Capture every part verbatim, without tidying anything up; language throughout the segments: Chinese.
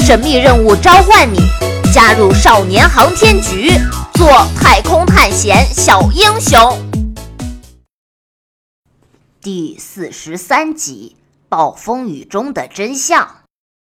神秘任务召唤你，加入少年航天局，做太空探险小英雄。第四十三集，暴风雨中的真相。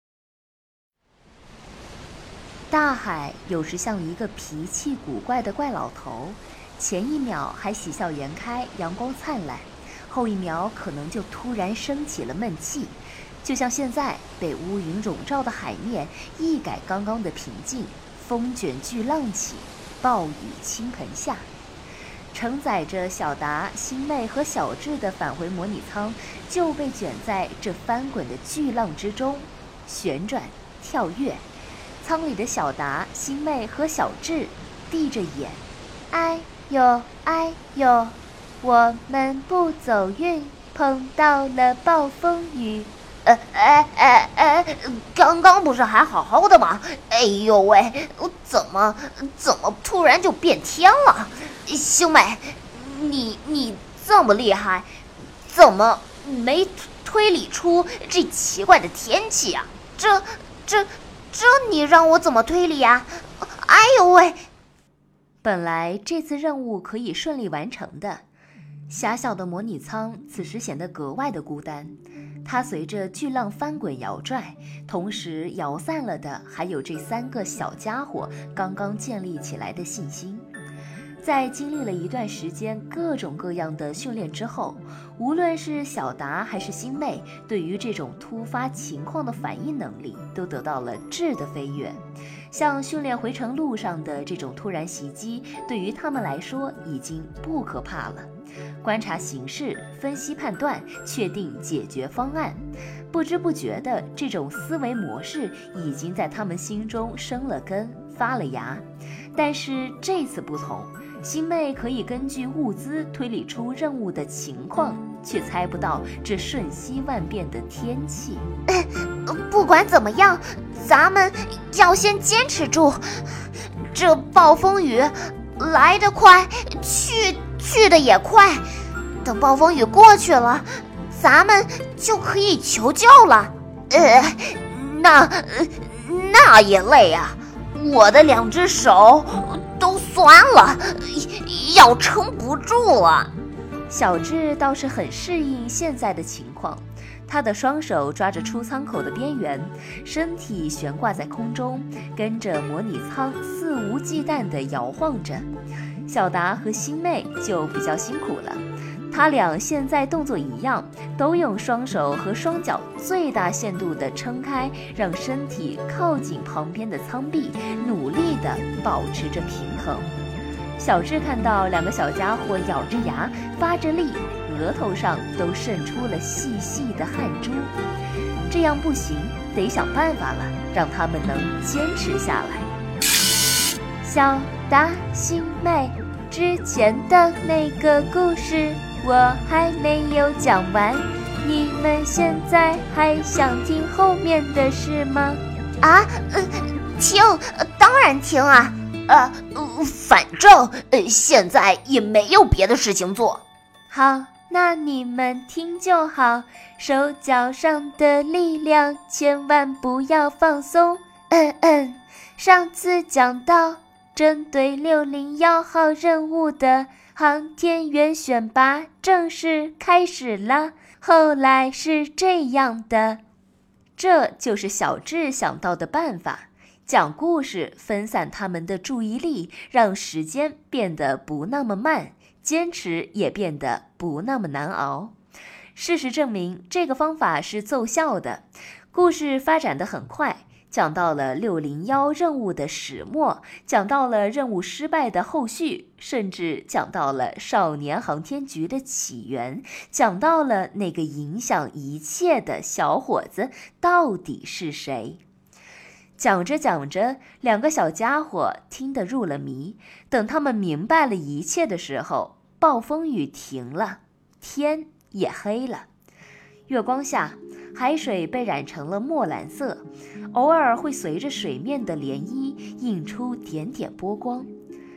大海有时像一个脾气古怪的怪老头，前一秒还喜笑颜开，阳光灿烂，后一秒可能就突然升起了闷气，就像现在被乌云笼罩的海面一改刚刚的平静，风卷巨浪起，暴雨倾盆下。承载着小达、星妹和小智的返回模拟舱就被卷在这翻滚的巨浪之中，旋转跳跃。舱里的小达、星妹和小智闭着眼，哎呦哎呦，我们不走运，碰到了暴风雨。呃哎哎哎，刚刚不是还好好的吗？哎呦喂，怎么怎么突然就变天了？星妹，你你这么厉害，怎么没推理出这奇怪的天气啊？这这这你让我怎么推理啊？哎呦喂！本来这次任务可以顺利完成的，狭小的模拟舱此时显得格外的孤单。它随着巨浪翻滚摇拽，同时摇散了的还有这三个小家伙刚刚建立起来的信心。在经历了一段时间各种各样的训练之后，无论是小达还是星妹，对于这种突发情况的反应能力都得到了质的飞跃。像训练回程路上的这种突然袭击，对于他们来说已经不可怕了。观察形势，分析判断，确定解决方案，不知不觉的这种思维模式已经在他们心中生了根发了芽。但是这次不同，星妹可以根据物资推理出任务的情况，却猜不到这瞬息万变的天气。不管怎么样，咱们要先坚持住。这暴风雨来得快，去去得也快。等暴风雨过去了，咱们就可以求救了。呃，那那也累啊，我的两只手都酸了，要撑不住了。小智倒是很适应现在的情况，他的双手抓着出舱口的边缘，身体悬挂在空中，跟着模拟舱肆无忌惮地摇晃着。小达和星妹就比较辛苦了，他俩现在动作一样，都用双手和双脚最大限度地撑开，让身体靠近旁边的舱壁，努力地保持着平衡。小智看到两个小家伙咬着牙发着力，额头上都渗出了细细的汗珠。这样不行，得想办法了，让他们能坚持下来。小达、星妹，之前的那个故事我还没有讲完，你们现在还想听后面的事吗？啊，呃，听，呃、当然听啊。呃，反正呃现在也没有别的事情做。好，那你们听就好，手脚上的力量千万不要放松。嗯嗯，上次讲到，针对六零一号任务的航天员选拔正式开始了。后来是这样的，这就是小智想到的办法。讲故事分散他们的注意力，让时间变得不那么慢，坚持也变得不那么难熬。事实证明，这个方法是奏效的。故事发展得很快，讲到了六零一任务的始末，讲到了任务失败的后续，甚至讲到了少年航天局的起源，讲到了那个影响一切的小伙子到底是谁。讲着讲着，两个小家伙听得入了迷。等他们明白了一切的时候，暴风雨停了，天也黑了。月光下，海水被染成了墨蓝色，偶尔会随着水面的涟漪映出点点波光。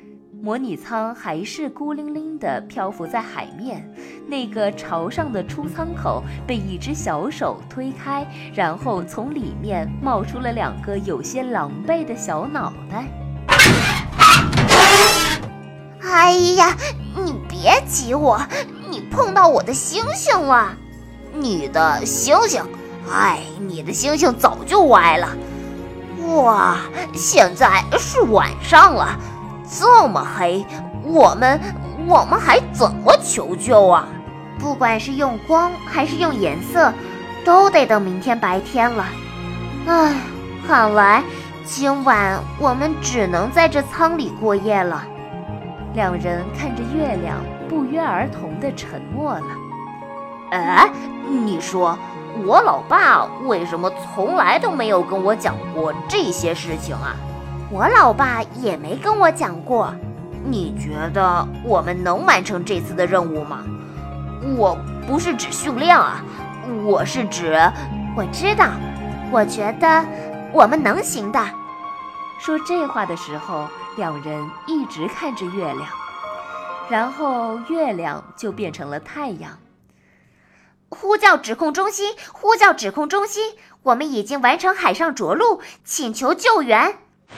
模拟舱还是孤零零地漂浮在海面，那个朝上的出舱口被一只小手推开，然后从里面冒出了两个有些狼狈的小脑袋。 哎呀，你别挤我，你碰到我的星星了。你的星星？哎，你的星星早就歪了。哇，现在是晚上了，这么黑，我们我们还怎么求救啊？不管是用光还是用颜色，都得等明天白天了。唉，看来今晚我们只能在这舱里过夜了。 两人看着月亮，不约而同地沉默了。 哎，你说我老爸为什么从来都没有跟我讲过这些事情啊？我老爸也没跟我讲过。你觉得我们能完成这次的任务吗？我不是指训练啊，我是指……我知道，我觉得我们能行的。 说这话的时候，两人一直看着月亮，然后月亮就变成了太阳。 呼叫指控中心，呼叫指控中心，我们已经完成海上着陆，请求救援。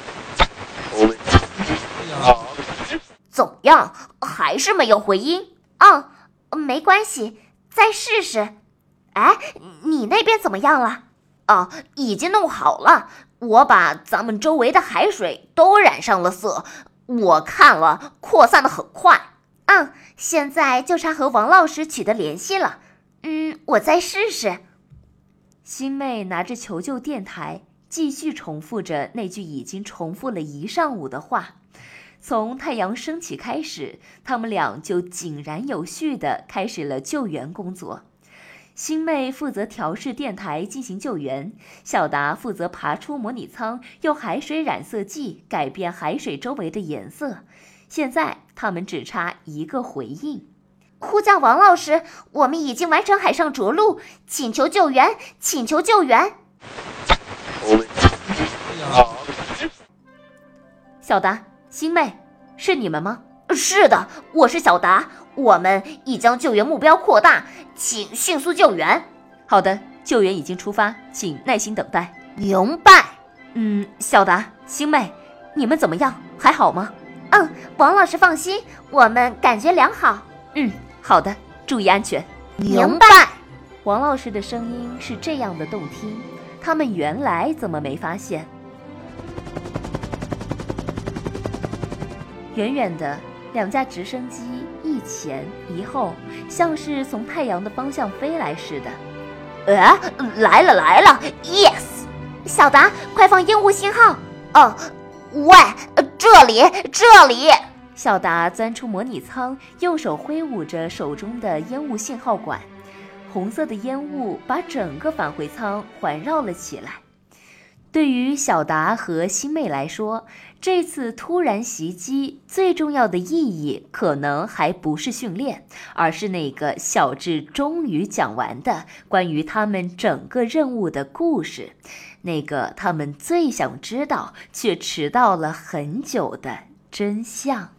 怎么样？还是没有回音？嗯，没关系，再试试。哎，你那边怎么样了？啊，已经弄好了。我把咱们周围的海水都染上了色，我看了，扩散得很快。嗯，现在就差和王老师取得联系了。嗯，我再试试。 星妹拿着求救电台，继续重复着那句已经重复了一上午的话。从太阳升起开始，他们俩就井然有序地开始了救援工作。星妹负责调试电台进行救援，小达负责爬出模拟舱，用海水染色剂改变海水周围的颜色。现在他们只差一个回应。 呼叫王老师，我们已经完成海上着陆，请求救援，请求救援。 小达，星妹，是你们吗？ 是的，我是小达，我们已将救援目标扩大，请迅速救援。 好的，救援已经出发，请耐心等待。 明白。 嗯，小达，星妹，你们怎么样？还好吗？ 嗯，王老师放心，我们感觉良好。 嗯，好的，注意安全。 明白。 王老师的声音是这样的动听，他们原来怎么没发现？远远的，两架直升机一前一后，像是从太阳的方向飞来似的。 哎，来了来了 ，yes！ 小达，快放烟雾信号。哦，喂，这里这里！ 小达钻出模拟舱，用手挥舞着手中的烟雾信号管，红色的烟雾把整个返回舱环绕了起来。对于小达和星妹来说，这次突然袭击最重要的意义可能还不是训练，而是那个小智终于讲完的关于他们整个任务的故事，那个他们最想知道却迟到了很久的真相。